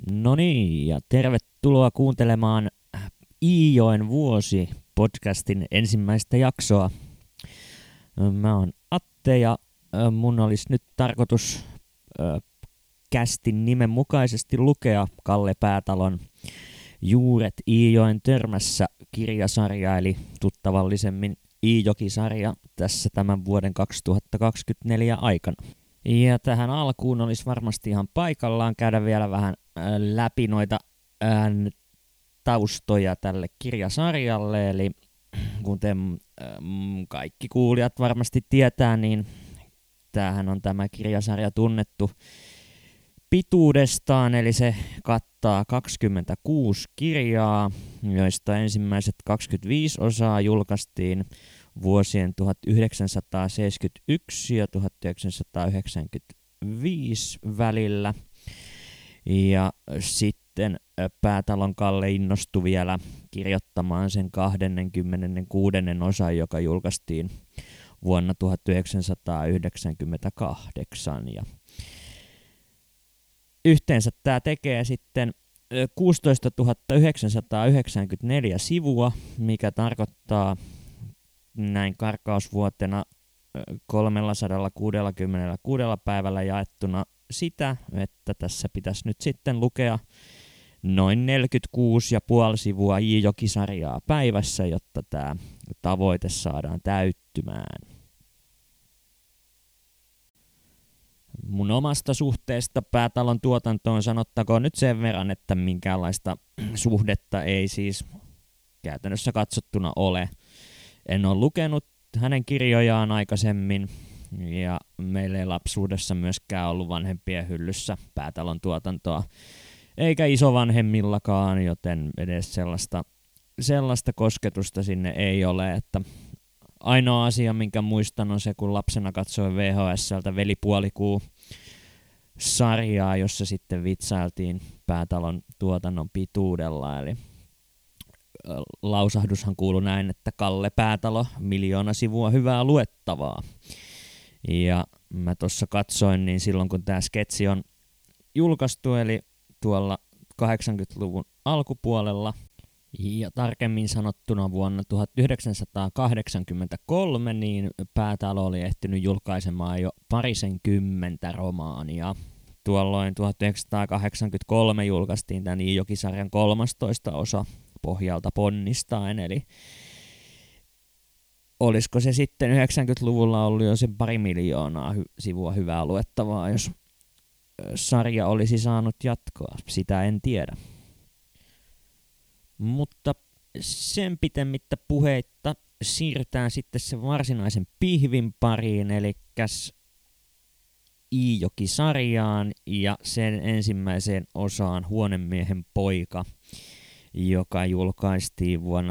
No niin, ja tervetuloa kuuntelemaan Iijoen vuosi podcastin ensimmäistä jaksoa. Mä oon Atte ja mun olisi nyt tarkoitus kästin nimen mukaisesti lukea Kalle Päätalon Juuret Iijoen törmässä -kirjasarja, eli tuttavallisemmin Iijoki-sarja tässä tämän vuoden 2024 aikana. Ja tähän alkuun olisi varmasti ihan paikallaan käydä vielä vähän läpi noita taustoja tälle kirjasarjalle, eli kuten kaikki kuulijat varmasti tietää, niin tämähän on tämä kirjasarja tunnettu pituudestaan, eli se kattaa 26 kirjaa, joista ensimmäiset 25 osaa julkaistiin vuosien 1971 ja 1995 välillä. Ja sitten Päätalon Kalle innostui vielä kirjoittamaan sen 26. osan, joka julkaistiin vuonna 1998. Ja yhteensä tämä tekee sitten 16 994 sivua, mikä tarkoittaa näin karkausvuotena 366 päivällä jaettuna sitä, että tässä pitäisi nyt sitten lukea noin 46,5 sivua Iijoki-sarjaa päivässä, jotta tämä tavoite saadaan täyttymään. Mun omasta suhteesta Päätalon tuotantoon sanottakoon nyt sen verran, että minkäänlaista suhdetta ei siis käytännössä katsottuna ole. En ole lukenut hänen kirjojaan aikaisemmin, ja meillä ei lapsuudessa myöskään ollut vanhempien hyllyssä Päätalon tuotantoa, eikä isovanhemmillakaan, joten edes sellaista kosketusta sinne ei ole. Että ainoa asia, minkä muistan, on se, kun lapsena katsoin VHS:ltä Velipuolikuu-sarjaa, jossa sitten vitsailtiin Päätalon tuotannon pituudella, eli lausahdushan kuului näin, että Kalle Päätalo, 1 000 000 sivua hyvää luettavaa. Ja mä tuossa katsoin, niin silloin kun tämä sketsi on julkaistu, eli tuolla 80-luvun alkupuolella, ja tarkemmin sanottuna vuonna 1983, niin Päätalo oli ehtinyt julkaisemaan jo 20 romaania. Tuolloin 1983 julkaistiin tämän Iijoki-sarjan 13. osa pohjalta ponnistaen, eli olisiko se sitten 90-luvulla ollut jo sen 2 miljoonaa sivua hyvää luettavaa, jos sarja olisi saanut jatkoa, sitä en tiedä. Mutta sen pitemmittä puheitta siirrytään sitten sen varsinaisen pihvin pariin, eli Iijoki-sarjaan ja sen ensimmäiseen osaan Huonemiehen poika, joka julkaistiin vuonna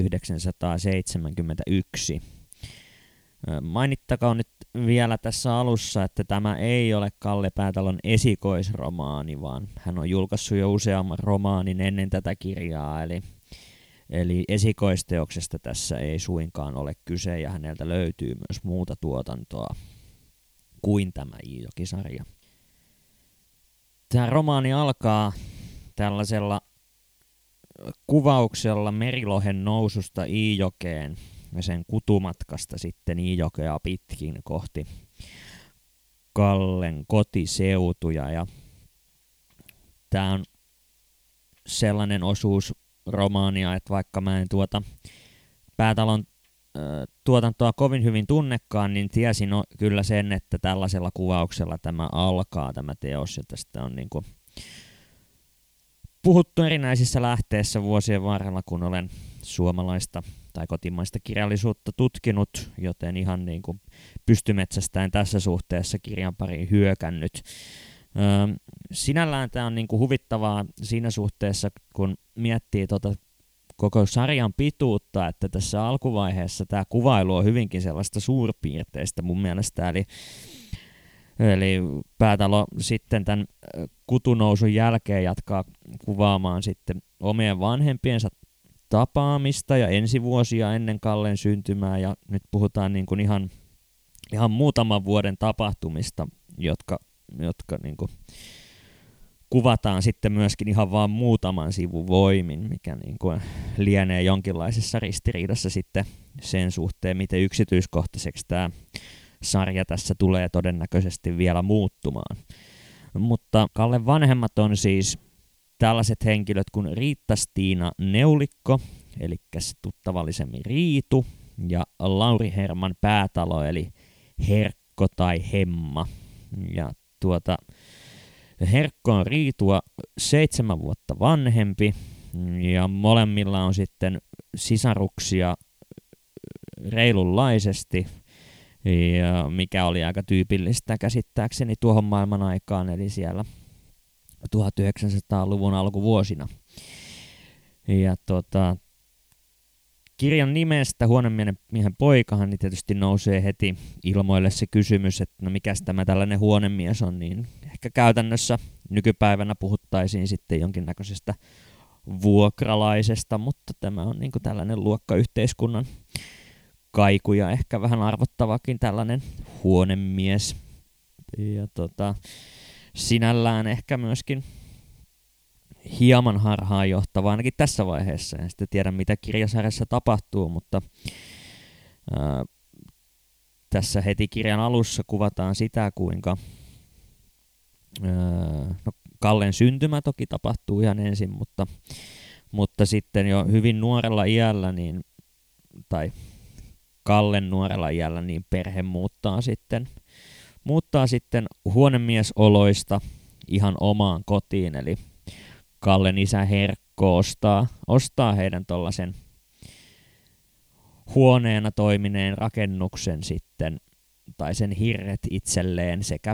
1971. Mainittakoon nyt vielä tässä alussa, että tämä ei ole Kalle Päätalon esikoisromaani, vaan hän on julkaissut jo useamman romaanin ennen tätä kirjaa, eli esikoisteoksesta tässä ei suinkaan ole kyse, ja häneltä löytyy myös muuta tuotantoa kuin tämä Iijoki-sarja. Tämä romaani alkaa tällaisella kuvauksella merilohen noususta Iijokeen ja sen kutumatkasta sitten Iijokea pitkin kohti Kallen kotiseutuja. Ja tämä on sellainen osuus romaania, että vaikka mä en Päätalon tuotantoa kovin hyvin tunnekaan, niin tiesin kyllä sen, että tällaisella kuvauksella tämä alkaa tämä teos, ja tästä on niin kuin puhuttu erinäisissä lähteissä vuosien varrella, kun olen suomalaista tai kotimaista kirjallisuutta tutkinut, joten ihan niin kuin pystymetsästäen tässä suhteessa kirjan pariin hyökännyt. Sinällään tämä on niin kuin huvittavaa siinä suhteessa, kun miettii koko sarjan pituutta, että tässä alkuvaiheessa tämä kuvailu on hyvinkin sellaista suurpiirteistä mun mielestä, eli Päätalo sitten tämän kutunousun jälkeen jatkaa kuvaamaan sitten omien vanhempiensa tapaamista ja ensivuosia ennen Kallen syntymää, ja nyt puhutaan niin kuin ihan muutaman vuoden tapahtumista, jotka niin kuin kuvataan sitten myöskin ihan vaan muutaman sivun voimin, mikä niin kuin lienee jonkinlaisessa ristiriidassa sitten sen suhteen, miten yksityiskohtaiseksi tämä sarja tässä tulee todennäköisesti vielä muuttumaan. Mutta Kallen vanhemmat on siis tällaiset henkilöt kuin Riitta-Stiina Neulikko, eli tuttavallisemmin Riitu, ja Lauri Herman Päätalo, eli Herkko tai Hemma. Ja Herkko on Riitua 7 vuotta vanhempi, ja molemmilla on sitten sisaruksia reilunlaisesti, ja mikä oli aika tyypillistä käsittääkseni tuohon maailman aikaan, eli siellä 1900-luvun alkuvuosina. Ja kirjan nimestä Huonemiehen poikahan niin tietysti nousee heti ilmoille se kysymys, että no mikäs tämä tällainen huonemies on, niin ehkä käytännössä nykypäivänä puhuttaisiin sitten jonkinnäköisestä vuokralaisesta, mutta tämä on niin kuin tällainen luokkayhteiskunnan kaiku ja ehkä vähän arvottavakin tällainen huonemies. Ja sinällään ehkä myöskin hieman harhaanjohtava ainakin tässä vaiheessa. En sitten tiedä, mitä kirjasarjassa tapahtuu, mutta tässä heti kirjan alussa kuvataan sitä, kuinka Kallen syntymä toki tapahtuu ihan ensin, mutta sitten jo hyvin nuorella iällä, tai Kallen nuorella iällä, niin perhe muuttaa sitten huonemiesoloista ihan omaan kotiin, eli Kallen isä Herkko ostaa heidän tollaisen huoneena toimineen rakennuksen sitten, tai sen hirret itselleen, sekä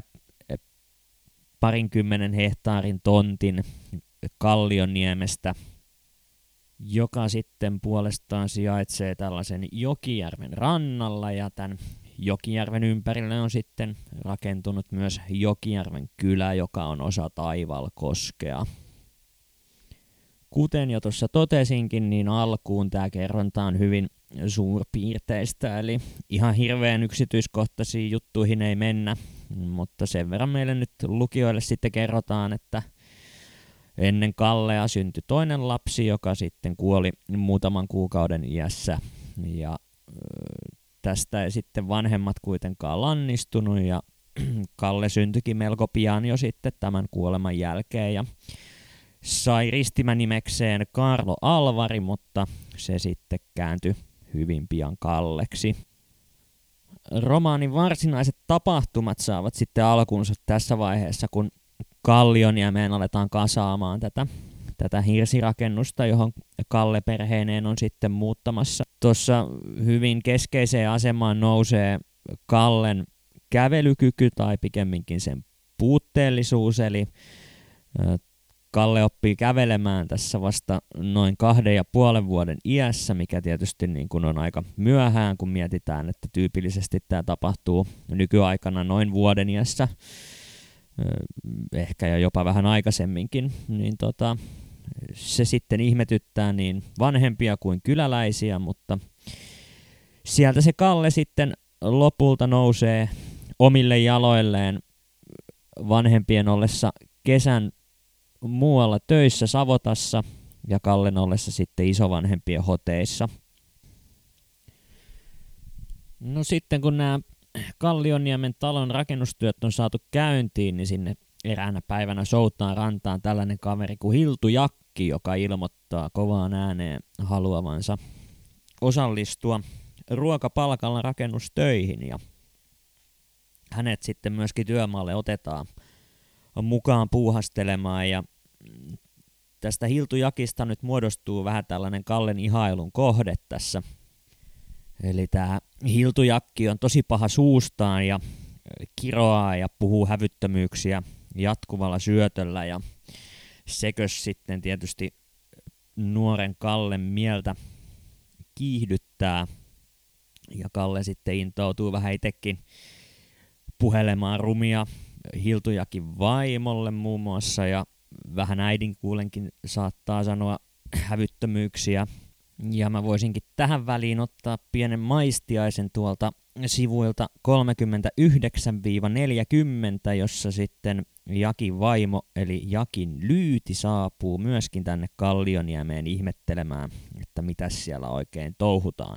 20 hehtaarin tontin Kallioniemestä, joka sitten puolestaan sijaitsee tällaisen Jokijärven rannalla, ja tämän Jokijärven ympärille on sitten rakentunut myös Jokijärven kylä, joka on osa Taivalkoskea. Kuten jo tuossa totesinkin, niin alkuun tämä kerronta on hyvin suurpiirteistä, eli ihan hirveän yksityiskohtaisiin juttuihin ei mennä, mutta sen verran meille nyt lukijoille sitten kerrotaan, että ennen Kallea syntyi toinen lapsi, joka sitten kuoli muutaman kuukauden iässä, ja tästä ei sitten vanhemmat kuitenkaan lannistunut, ja Kalle syntyikin melko pian jo sitten tämän kuoleman jälkeen, ja sai ristimänimekseen Kaarlo Alvari, mutta se sitten kääntyi hyvin pian Kalleksi. Romaanin varsinaiset tapahtumat saavat sitten alkunsa tässä vaiheessa, kun Kallioniemeen aletaan kasaamaan tätä hirsirakennusta, johon Kalle perheineen on sitten muuttamassa. Tuossa hyvin keskeiseen asemaan nousee Kallen kävelykyky tai pikemminkin sen puutteellisuus, eli Kalle oppii kävelemään tässä vasta noin 2,5 vuoden iässä, mikä tietysti niin kuin on aika myöhään, kun mietitään, että tyypillisesti tämä tapahtuu nykyaikana noin vuoden iässä, ehkä ja jopa vähän aikaisemminkin, niin se sitten ihmetyttää niin vanhempia kuin kyläläisiä, mutta sieltä se Kalle sitten lopulta nousee omille jaloilleen vanhempien ollessa kesän muualla töissä Savotassa ja Kallen ollessa sitten isovanhempien hoteissa. No sitten kun nämä Kallioniemen talon rakennustyöt on saatu käyntiin, niin sinne eräänä päivänä soutaan rantaan tällainen kaveri kuin Hiltu Jakki, joka ilmoittaa kovaan ääneen haluavansa osallistua ruokapalkalla rakennustöihin, ja hänet sitten myöskin työmaalle otetaan mukaan puuhastelemaan, ja tästä Hiltu Jakista nyt muodostuu vähän tällainen Kallen ihailun kohde tässä. Eli tämä Hiltu Jakki on tosi paha suustaan ja kiroaa ja puhuu hävyttömyyksiä jatkuvalla syötöllä, ja sekös sitten tietysti nuoren Kallen mieltä kiihdyttää, ja Kalle sitten intoutuu vähän itsekin puhelemaan rumia Hiltu Jakin vaimolle muun muassa, ja vähän äidin kuulenkin saattaa sanoa hävyttömyyksiä. Ja mä voisinkin tähän väliin ottaa pienen maistiaisen tuolta sivuilta 39-40, jossa sitten Jakin vaimo eli Jakin Lyyti saapuu myöskin tänne Kallioniemeen ihmettelemään, että mitäs siellä oikein touhutaan.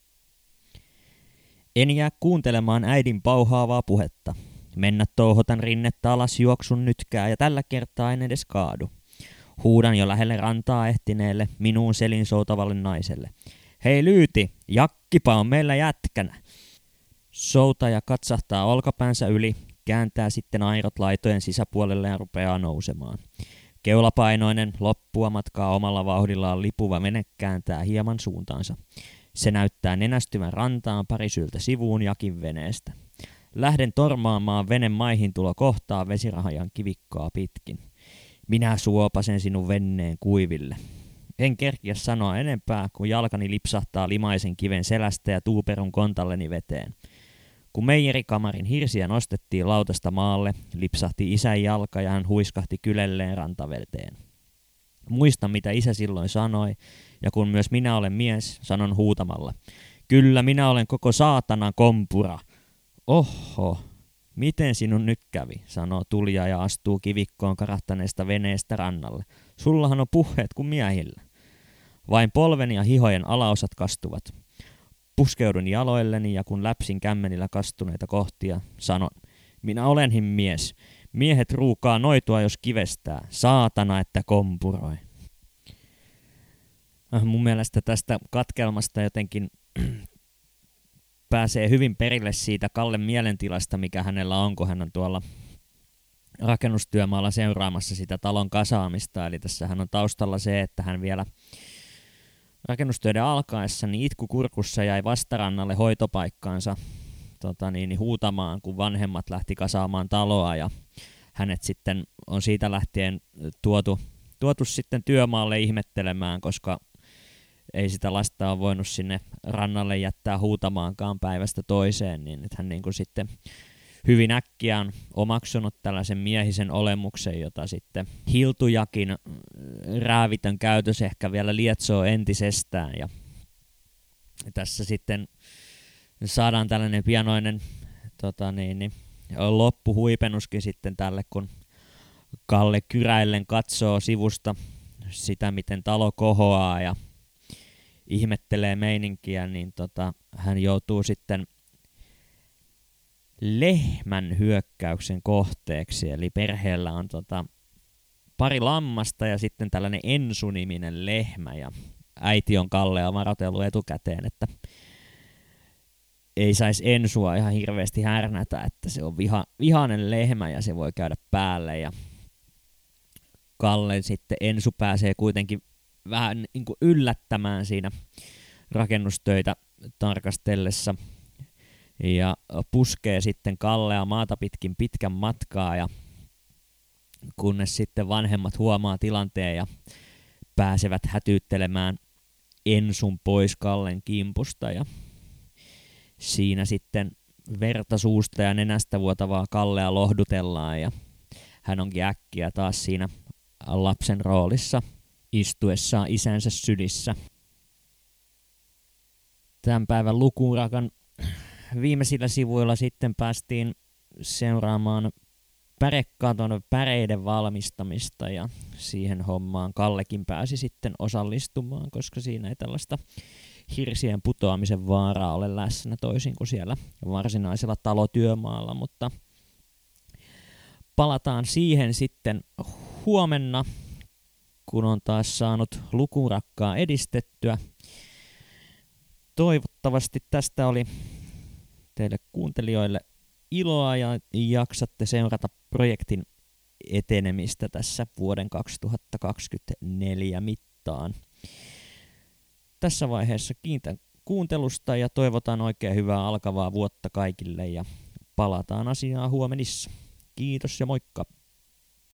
En jää kuuntelemaan äidin pauhaavaa puhetta. Mennä touhotan rinnettä alas juoksun nytkää ja tällä kertaa en edes kaadu. Huudan jo lähelle rantaa ehtineelle minuun selin soutavalle naiselle. Hei Lyyti, Jakkipa on meillä jätkänä. Soutaja katsahtaa olkapäänsä yli, kääntää sitten airot laitojen sisäpuolelle ja rupeaa nousemaan. Keulapainoinen, loppua matkaa omalla vauhdillaan lipuva vene kääntää hieman suuntaansa. Se näyttää nenästyvän rantaan pari syltä sivuun Jakin veneestä. Lähden tormaamaan venen maihin tulo kohtaa vesirahajan kivikkoa pitkin. Minä suopasen sinun venneen kuiville. En kerkiä sanoa enempää, kun jalkani lipsahtaa limaisen kiven selästä ja tuuperun kontalleni veteen. Kun meijerikamarin hirsiä nostettiin lautasta maalle, lipsahti isän jalka ja hän huiskahti kylelleen rantaveteen. Muistan, mitä isä silloin sanoi, ja kun myös minä olen mies, sanon huutamalla. Kyllä, minä olen koko saatanan kompura. Oho, miten sinun nyt kävi, sanoo tulija ja astuu kivikkoon karahtaneesta veneestä rannalle. Sullahan on puheet kuin miehillä. Vain polveni ja hihojen alaosat kastuvat. Puskeudun jaloilleni ja kun läpsin kämmenillä kastuneita kohtia, sanon, minä olenhin mies. Miehet ruukaa noitua, jos kivestää. Saatana, että kompuroi. Mun mielestä tästä katkelmasta jotenkin pääsee hyvin perille siitä Kallen mielentilasta, mikä hänellä on, kun hän on tuolla rakennustyömaalla seuraamassa sitä talon kasaamista. Eli tässähän on taustalla se, että hän vielä rakennustöiden alkaessa niin itkukurkussa jäi vastarannalle hoitopaikkaansa huutamaan, kun vanhemmat lähti kasaamaan taloa, ja hänet sitten on siitä lähtien tuotu sitten työmaalle ihmettelemään, koska ei sitä lasta ole voinut sinne rannalle jättää huutamaankaan päivästä toiseen, niin että hän niin kuin sitten hyvin äkkiä on omaksunut tällaisen miehisen olemuksen, jota sitten Hiltujakin räävitön käytös ehkä vielä lietsoo entisestään. Ja tässä sitten saadaan tällainen pienoinen loppuhuipennuskin sitten tälle, kun Kalle kyräillen katsoo sivusta sitä, miten talo kohoaa ja ihmettelee meininkiä, niin hän joutuu sitten lehmän hyökkäyksen kohteeksi. Eli perheellä on pari lammasta ja sitten tällainen Ensu-niminen lehmä, ja äiti on Kallea varoitellut etukäteen, että ei saisi Ensua ihan hirveästi härnätä, että se on vihainen lehmä ja se voi käydä päälle, ja Kalle sitten Ensu pääsee kuitenkin vähän niin kuin yllättämään siinä rakennustöitä tarkastellessa ja puskee sitten Kallea maata pitkin pitkän matkaa, ja kunnes sitten vanhemmat huomaa tilanteen ja pääsevät hätyyttelemään Ensun pois Kallen kimpusta, ja siinä sitten verta suusta ja nenästä vuotavaa Kallea lohdutellaan, ja hän onkin äkkiä taas siinä lapsen roolissa istuessaan isänsä sylissä. Tämän päivän lukuurakan viimeisillä sivuilla sitten päästiin seuraamaan pärekaton päreiden valmistamista, ja siihen hommaan Kallekin pääsi sitten osallistumaan, koska siinä ei tällaista hirsien putoamisen vaaraa ole läsnä toisin kuin siellä varsinaisella talotyömaalla, mutta palataan siihen sitten huomenna, kun on taas saanut lukurakkaa edistettyä. Toivottavasti tästä oli teille kuuntelijoille iloa ja jaksatte seurata projektin etenemistä tässä vuoden 2024 mittaan. Tässä vaiheessa kiitän kuuntelusta ja toivotan oikein hyvää alkavaa vuotta kaikille, ja palataan asiaan huomenissa. Kiitos ja moikka!